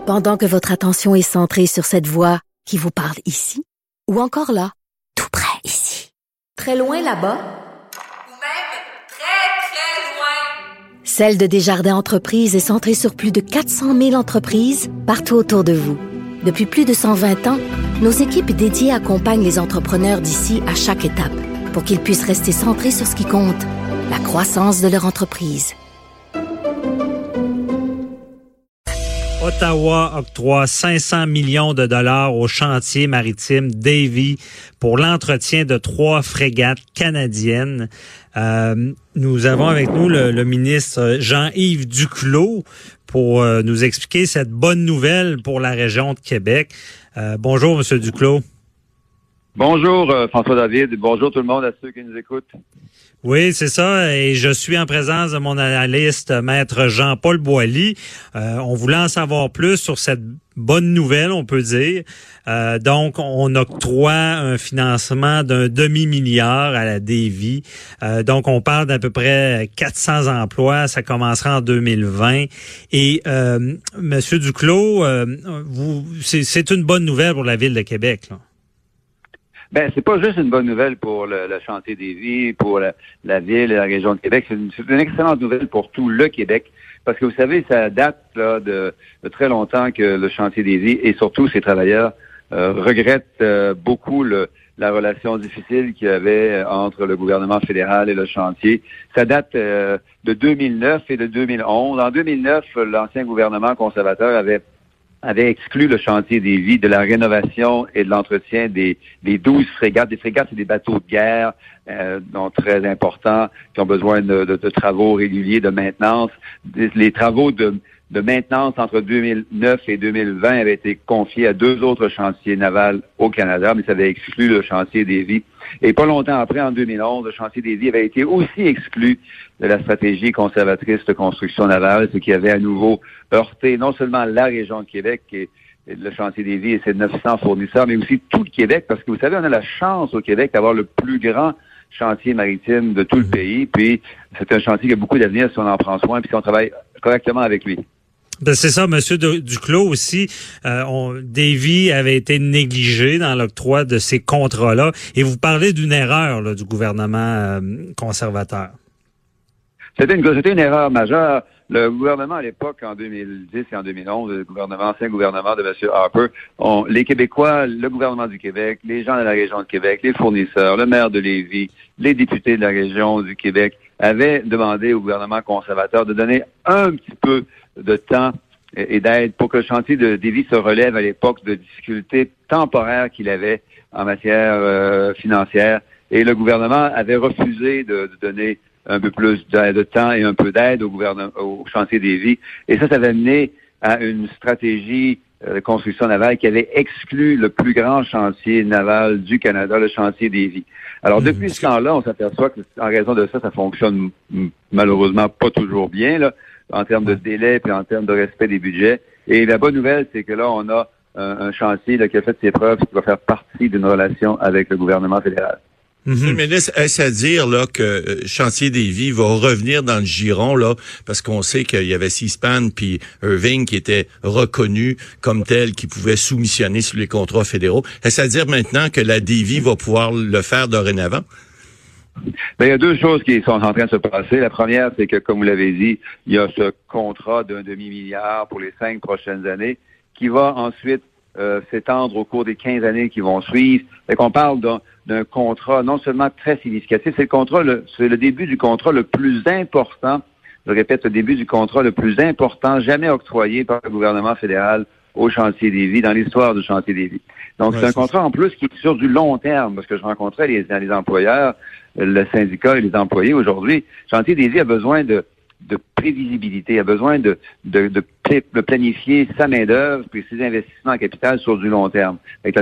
Pendant que votre attention est centrée sur cette voix qui vous parle ici, ou encore là, tout près ici, très loin là-bas, ou même très, très loin. Celle de Desjardins Entreprises est centrée sur plus de 400 000 entreprises partout autour de vous. Depuis plus de 120 ans, nos équipes dédiées accompagnent les entrepreneurs d'ici à chaque étape pour qu'ils puissent rester centrés sur ce qui compte, la croissance de leur entreprise. Ottawa octroie 500 millions de dollars au chantier maritime Davie pour l'entretien de 3 frégates canadiennes. Nous avons avec nous le ministre Jean-Yves Duclos pour nous expliquer cette bonne nouvelle pour la région de Québec. Bonjour, Monsieur Duclos. Bonjour, François-David. Bonjour tout le monde à ceux qui nous écoutent. Oui, c'est ça. Et je suis en présence de mon analyste, Maître Jean-Paul Boilly. On voulait en savoir plus sur cette bonne nouvelle, on peut dire. Donc, on octroie un financement d'un demi-milliard à la Davie. Donc, on parle d'à peu près 400 emplois. Ça commencera en 2020. Et Monsieur Duclos, c'est une bonne nouvelle pour la Ville de Québec, là. Ben, c'est pas juste une bonne nouvelle pour le chantier Davie, pour la ville et la région de Québec. C'est une excellente nouvelle pour tout le Québec. Parce que vous savez, ça date là de très longtemps que le chantier Davie et surtout ses travailleurs regrettent beaucoup la relation difficile qu'il y avait entre le gouvernement fédéral et le chantier. Ça date de 2009 et de 2011. En 2009, l'ancien gouvernement conservateur avait exclu le chantier Davie de la rénovation et de l'entretien des 12 frégates. Des frégates, c'est des bateaux de guerre donc très importants, qui ont besoin de travaux réguliers, de maintenance. Les travaux de maintenance entre 2009 et 2020 avaient été confiés à 2 autres chantiers navals au Canada, mais ça avait exclu le chantier Davie. Et pas longtemps après, en 2011, le chantier Davie avait été aussi exclu de la stratégie conservatrice de construction navale, ce qui avait à nouveau heurté non seulement la région de Québec et le chantier Davie et ses 900 fournisseurs, mais aussi tout le Québec, parce que vous savez, on a la chance au Québec d'avoir le plus grand chantier maritime de tout le pays, puis c'est un chantier qui a beaucoup d'avenir si on en prend soin, puis si on travaille correctement avec lui. Ben c'est ça, Monsieur Duclos aussi. Davie avait été négligé dans l'octroi de ces contrats-là. Et vous parlez d'une erreur là, du gouvernement conservateur. C'était une erreur majeure. Le gouvernement à l'époque, en 2010 et en 2011, ancien gouvernement de M. Harper, les Québécois, le gouvernement du Québec, les gens de la région de Québec, les fournisseurs, le maire de Lévis, les députés de la région du Québec avaient demandé au gouvernement conservateur de donner un petit peu de temps et d'aide pour que le chantier de Davie se relève à l'époque de difficultés temporaires qu'il avait en matière financière. Et le gouvernement avait refusé de donner un peu plus de temps et un peu d'aide au chantier Davie. Et ça avait mené à une stratégie de construction navale qui avait exclu le plus grand chantier naval du Canada, le chantier Davie. Alors, depuis ce temps-là, on s'aperçoit qu'en raison de ça, ça fonctionne malheureusement pas toujours bien, là, en termes de délai puis en termes de respect des budgets. Et la bonne nouvelle, c'est que là, on a un chantier là, qui a fait ses preuves, qui va faire partie d'une relation avec le gouvernement fédéral. Mm-hmm. Mais est-ce à dire là que Chantier Davie va revenir dans le giron là, parce qu'on sait qu'il y avait Seaspan puis Irving qui étaient reconnus comme tels, qui pouvaient soumissionner sur les contrats fédéraux. Est-ce à dire maintenant que la Davie va pouvoir le faire dorénavant? Ben, il y a 2 choses qui sont en train de se passer. La première, c'est que, comme vous l'avez dit, il y a ce contrat d'un demi-milliard pour les 5 prochaines années qui va ensuite s'étendre au cours des 15 années qui vont suivre. Fait qu'on parle d'un contrat non seulement très significatif, c'est le début du contrat le plus important, je répète, le début du contrat le plus important jamais octroyé par le gouvernement fédéral au chantier Davie, dans l'histoire du chantier Davie. Donc, c'est un contrat en plus qui est sur du long terme, parce que je rencontrais les employeurs, le syndicat et les employés aujourd'hui. Chantier Davie a besoin de prévisibilité, a besoin de planifier sa main-d'œuvre et ses investissements en capital sur du long terme.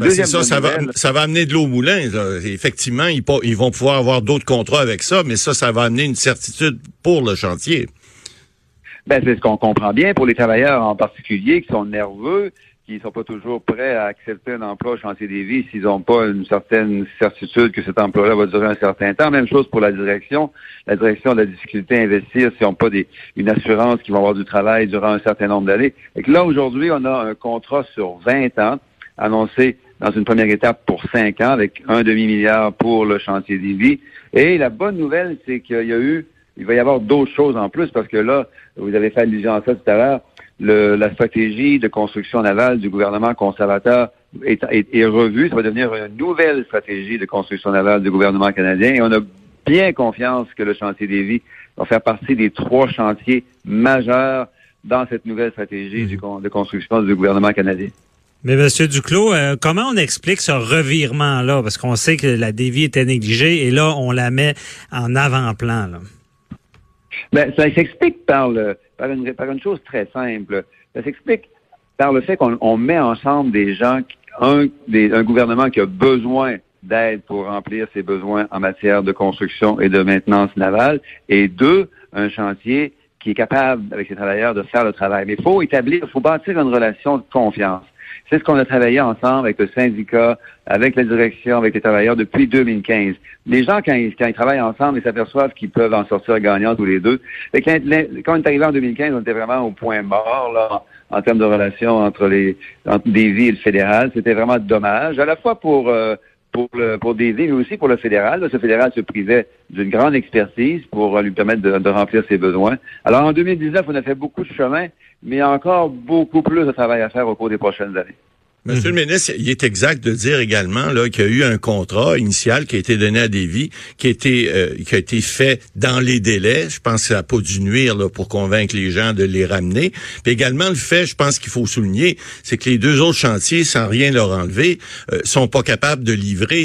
Ça va amener de l'eau au moulin. Là. Effectivement, ils vont pouvoir avoir d'autres contrats avec ça, mais ça va amener une certitude pour le chantier. Ben, c'est ce qu'on comprend bien pour les travailleurs en particulier qui sont nerveux, qui sont pas toujours prêts à accepter un emploi au chantier des vies s'ils n'ont pas une certaine certitude que cet emploi-là va durer un certain temps. Même chose pour la direction. La direction a de la difficulté à investir s'ils n'ont pas une assurance qu'ils vont avoir du travail durant un certain nombre d'années. Et que là, aujourd'hui, on a un contrat sur 20 ans annoncé dans une première étape pour 5 ans avec un demi-milliard pour le chantier des vies. Et la bonne nouvelle, c'est il va y avoir d'autres choses en plus parce que là, vous avez fait allusion à ça tout à l'heure, la stratégie de construction navale du gouvernement conservateur est revue. Ça va devenir une nouvelle stratégie de construction navale du gouvernement canadien et on a bien confiance que le chantier des vies va faire partie des 3 chantiers majeurs dans cette nouvelle stratégie de construction du gouvernement canadien. Mais M. Duclos, comment on explique ce revirement-là? Parce qu'on sait que la dévie était négligée et là, on la met en avant-plan, là. Ben, ça s'explique par une chose très simple. Ça s'explique par le fait qu'on met ensemble des gens, un gouvernement qui a besoin d'aide pour remplir ses besoins en matière de construction et de maintenance navale, et 2, un chantier qui est capable, avec ses travailleurs, de faire le travail. Mais il faut bâtir une relation de confiance. C'est ce qu'on a travaillé ensemble avec le syndicat, avec la direction, avec les travailleurs depuis 2015. Les gens, quand ils travaillent ensemble, ils s'aperçoivent qu'ils peuvent en sortir gagnants tous les deux. Et quand on est arrivé en 2015, on était vraiment au point mort, là, en termes de relation entre Davie et le fédéral. C'était vraiment dommage, à la fois pour Davie, mais aussi pour le fédéral. Là, ce fédéral se privait d'une grande expertise pour lui permettre de remplir ses besoins. Alors, en 2019, on a fait beaucoup de chemin, mais il y a encore beaucoup plus de travail à faire au cours des prochaines années. Monsieur le ministre, il est exact de dire également là qu'il y a eu un contrat initial qui a été donné à Davie, qui a été fait dans les délais. Je pense que ça n'a pas dû nuire là, pour convaincre les gens de les ramener. Puis également le fait, je pense qu'il faut souligner, c'est que les 2 autres chantiers, sans rien leur enlever, sont pas capables de livrer.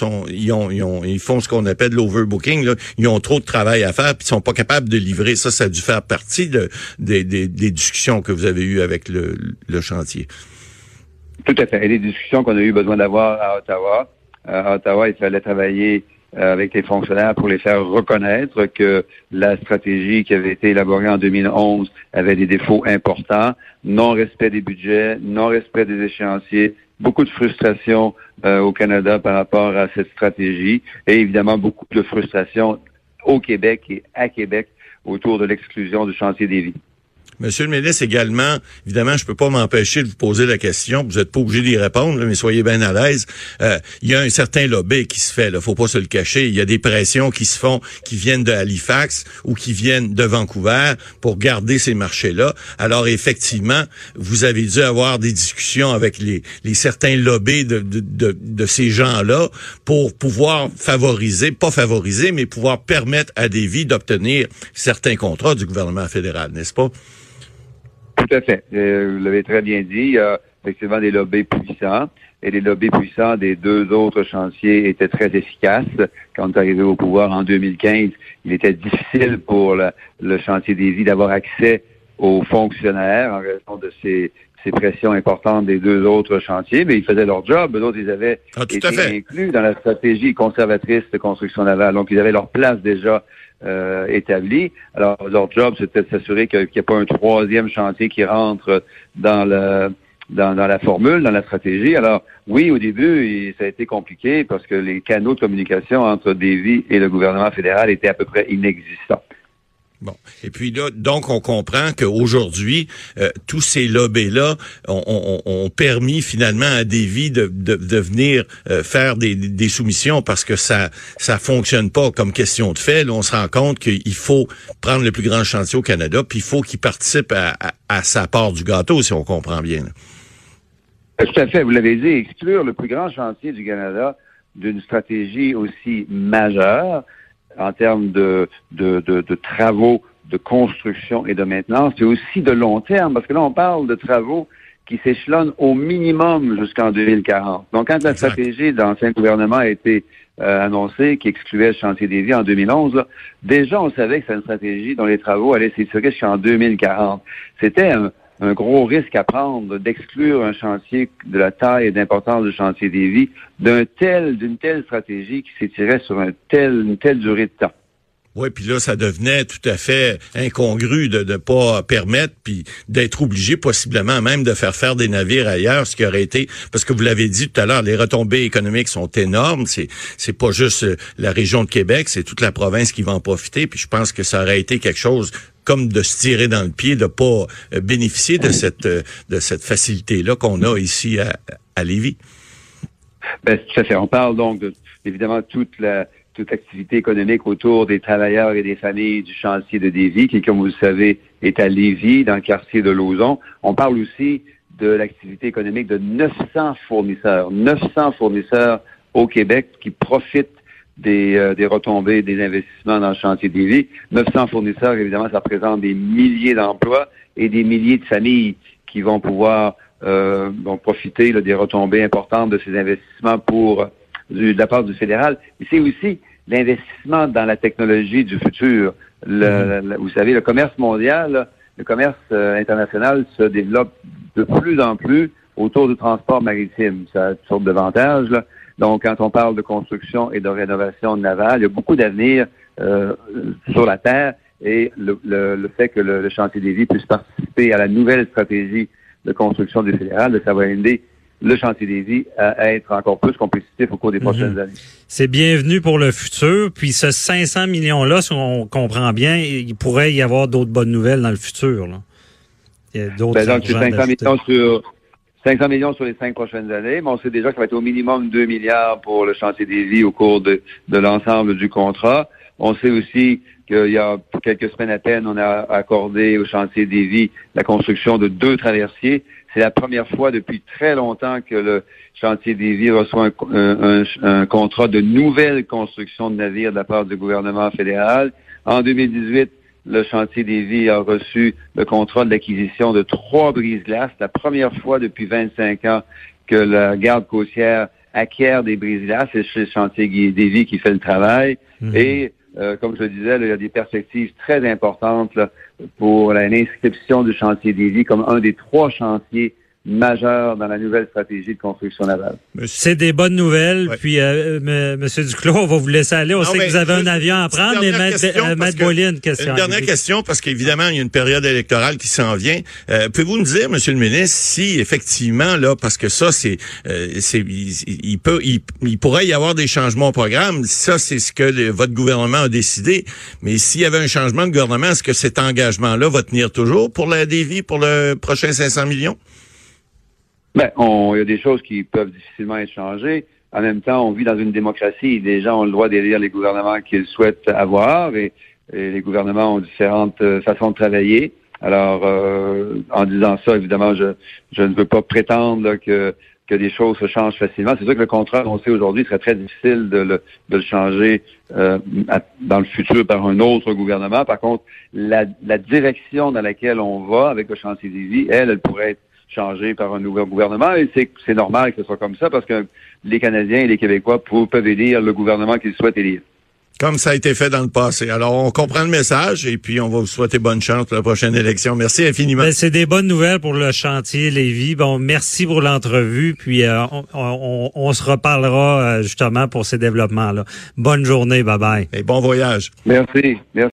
Ils font ce qu'on appelle l'overbooking. Là. Ils ont trop de travail à faire, puis ils sont pas capables de livrer. Ça a dû faire partie des discussions que vous avez eues avec le chantier. Tout à fait. Et les discussions qu'on a eu besoin d'avoir à Ottawa. À Ottawa, il fallait travailler avec les fonctionnaires pour les faire reconnaître que la stratégie qui avait été élaborée en 2011 avait des défauts importants. Non-respect des budgets, non-respect des échéanciers, beaucoup de frustration au Canada par rapport à cette stratégie et évidemment beaucoup de frustration au Québec et à Québec autour de l'exclusion du chantier des vies. Monsieur le ministre, également, évidemment, je peux pas m'empêcher de vous poser la question. Vous n'êtes pas obligé d'y répondre, là, mais soyez bien à l'aise. Il y a un certain lobby qui se fait, là, faut pas se le cacher. Il y a des pressions qui se font, qui viennent de Halifax ou qui viennent de Vancouver pour garder ces marchés-là. Alors, effectivement, vous avez dû avoir des discussions avec les certains lobbies de ces gens-là pour pouvoir mais pouvoir permettre à Davie d'obtenir certains contrats du gouvernement fédéral, n'est-ce pas? Tout à fait. Vous l'avez très bien dit. Il y a effectivement des lobbies puissants. Et les lobbies puissants des 2 autres chantiers étaient très efficaces. Quand on est arrivé au pouvoir en 2015, il était difficile pour le chantier des vies d'avoir accès aux fonctionnaires en raison de ces pressions importantes des 2 autres chantiers, mais ils faisaient leur job. Eux autres, ils avaient été inclus dans la stratégie conservatrice de construction navale. Donc, ils avaient leur place déjà établie. Alors, leur job, c'était de s'assurer qu'il n'y a pas un 3e chantier qui rentre dans la formule, dans la stratégie. Alors, oui, au début, ça a été compliqué parce que les canaux de communication entre Davie et le gouvernement fédéral étaient à peu près inexistants. Bon. Et puis là, donc, on comprend qu'aujourd'hui, tous ces lobbies-là ont permis finalement à Davie de venir faire des soumissions parce que ça fonctionne pas comme question de fait. Là, on se rend compte qu'il faut prendre le plus grand chantier au Canada, puis il faut qu'il participe à sa part du gâteau, si on comprend bien. Là. Tout à fait. Vous l'avez dit, exclure le plus grand chantier du Canada d'une stratégie aussi majeure en termes de travaux de construction et de maintenance, c'est aussi de long terme, parce que là, on parle de travaux qui s'échelonnent au minimum jusqu'en 2040. Donc, quand la stratégie de l'ancien gouvernement a été annoncée, qui excluait le chantier des vies en 2011, là, déjà, on savait que c'était une stratégie dont les travaux allaient s'étirer jusqu'en 2040. C'était un gros risque à prendre d'exclure un chantier de la taille et d'importance du chantier des vies d'une telle stratégie qui s'étirait sur une telle durée de temps. Oui, puis là, ça devenait tout à fait incongru de ne pas permettre, puis d'être obligé possiblement même de faire des navires ailleurs, ce qui aurait été, parce que vous l'avez dit tout à l'heure, les retombées économiques sont énormes. C'est pas juste la région de Québec, c'est toute la province qui va en profiter. Puis je pense que ça aurait été quelque chose comme de se tirer dans le pied, de pas bénéficier de cette facilité-là qu'on a ici à Lévis. Ben, tout à fait. On parle donc évidemment toute activité économique autour des travailleurs et des familles du chantier de Lévis, qui, comme vous le savez, est à Lévis, dans le quartier de Lauson. On parle aussi de l'activité économique de 900 fournisseurs au Québec qui profitent des retombées des investissements dans le chantier de Lévis. 900 fournisseurs, évidemment, ça représente des milliers d'emplois et des milliers de familles qui vont pouvoir profiter des retombées importantes de ces investissements de la part du fédéral. Et c'est aussi l'investissement dans la technologie du futur. Vous savez, le commerce mondial, le commerce international se développe de plus en plus autour du transport maritime. Ça a toutes sortes d'avantages, là. Donc, quand on parle de construction et de rénovation navale, il y a beaucoup d'avenir sur la terre, et le fait que le chantier de Lévis puisse participer à la nouvelle stratégie de construction du fédéral, ça va aider le chantier de Lévis à être encore plus compétitif au cours des prochaines années. C'est bienvenu pour le futur. Puis ce 500 millions-là, si on comprend bien, il pourrait y avoir d'autres bonnes nouvelles dans le futur, là. Il y a d'autres donc, c'est 500 millions sur les 5 prochaines années, mais on sait déjà que ça va être au minimum 2 milliards pour le chantier de Lévis au cours de l'ensemble du contrat. On sait aussi qu'il y a quelques semaines à peine, on a accordé au chantier de Lévis la construction de 2 traversiers. C'est la première fois depuis très longtemps que le chantier de Lévis reçoit un contrat de nouvelle construction de navires de la part du gouvernement fédéral. En 2018, le chantier de Lévis a reçu le contrat de l'acquisition de 3 brise-glaces. La première fois depuis 25 ans que la garde côtière acquiert des brise-glaces. C'est chez le chantier de Lévis qui fait le travail. Et comme je le disais, il y a des perspectives très importantes là, pour l'inscription du chantier de Lévis comme un des 3 chantiers majeurs dans la nouvelle stratégie de construction navale. C'est des bonnes nouvelles. Ouais. Puis, Monsieur Duclos, on va vous laisser aller. On sait que vous avez un avion à prendre, mais Maître Beaulieu, une question. Une dernière question, parce qu'évidemment, il y a une période électorale qui s'en vient. Pouvez-vous nous dire, Monsieur le ministre, si effectivement, là, parce que ça, il pourrait y avoir des changements au programme. Ça, c'est ce que votre gouvernement a décidé. Mais s'il y avait un changement de gouvernement, est-ce que cet engagement-là va tenir toujours pour la Lévis, pour le prochain 500 millions? Ben, il y a des choses qui peuvent difficilement être changées. En même temps, on vit dans une démocratie. Les gens ont le droit d'élire les gouvernements qu'ils souhaitent avoir, et les gouvernements ont différentes façons de travailler. Alors, en disant ça, évidemment, je ne veux pas prétendre là, que des choses se changent facilement. C'est sûr que le contrat annoncé aujourd'hui serait très difficile de le changer dans le futur par un autre gouvernement. Par contre, la direction dans laquelle on va avec le chantier de Lévis, elle pourrait être changé par un nouveau gouvernement, et c'est normal que ce soit comme ça, parce que les Canadiens et les Québécois peuvent élire le gouvernement qu'ils souhaitent élire. Comme ça a été fait dans le passé. Alors, on comprend le message, et puis on va vous souhaiter bonne chance pour la prochaine élection. Merci infiniment. Ben, c'est des bonnes nouvelles pour le chantier Lévis. Bon, merci pour l'entrevue, puis on se reparlera justement pour ces développements-là. Bonne journée, bye-bye. Et bon voyage. Merci.